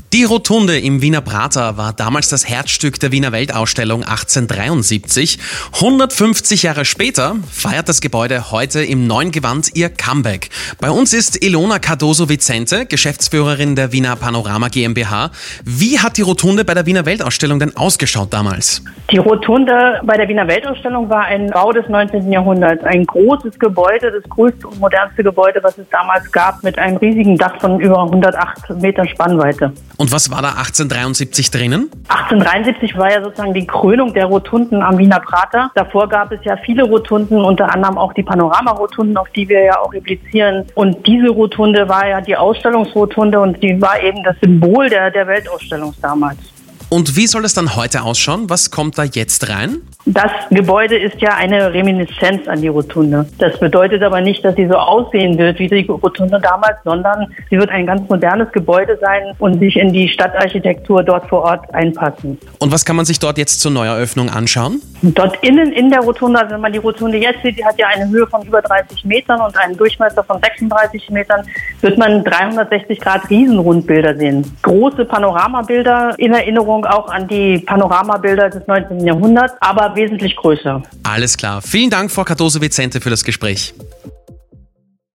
Die Rotunde im Wiener Prater war damals das Herzstück der Wiener Weltausstellung 1873. 150 Jahre später feiert das Gebäude heute im neuen Gewand ihr Comeback. Bei uns ist Ilona Cardoso Vicente, Geschäftsführerin der Wiener Panorama GmbH. Wie hat die Rotunde bei der Wiener Weltausstellung denn ausgeschaut damals? Die Rotunde bei der Wiener Weltausstellung war ein Bau des 19. Jahrhunderts. Ein großes Gebäude, das größte und modernste Gebäude, was es damals gab, mit einem riesigen Dach von über 108 Metern Spannweite. Und was war da 1873 drinnen? 1873 war ja sozusagen die Krönung der Rotunden am Wiener Prater. Davor gab es ja viele Rotunden, unter anderem auch die Panorama-Rotunden, auf die wir ja auch replizieren. Und diese Rotunde war ja die Ausstellungsrotunde und die war eben das Symbol der Weltausstellung damals. Und wie soll es dann heute ausschauen? Was kommt da jetzt rein? Das Gebäude ist ja eine Reminiszenz an die Rotunde. Das bedeutet aber nicht, dass sie so aussehen wird wie die Rotunde damals, sondern sie wird ein ganz modernes Gebäude sein und sich in die Stadtarchitektur dort vor Ort einpassen. Und was kann man sich dort jetzt zur Neueröffnung anschauen? Dort innen in der Rotunde, also wenn man die Rotunde jetzt sieht, die hat ja eine Höhe von über 30 Metern und einen Durchmesser von 36 Metern, wird man 360 Grad Riesenrundbilder sehen. Große Panoramabilder in Erinnerung auch an die Panoramabilder des 19. Jahrhunderts, aber wesentlich größer. Alles klar. Vielen Dank, Frau Cardoso Vicente, für das Gespräch.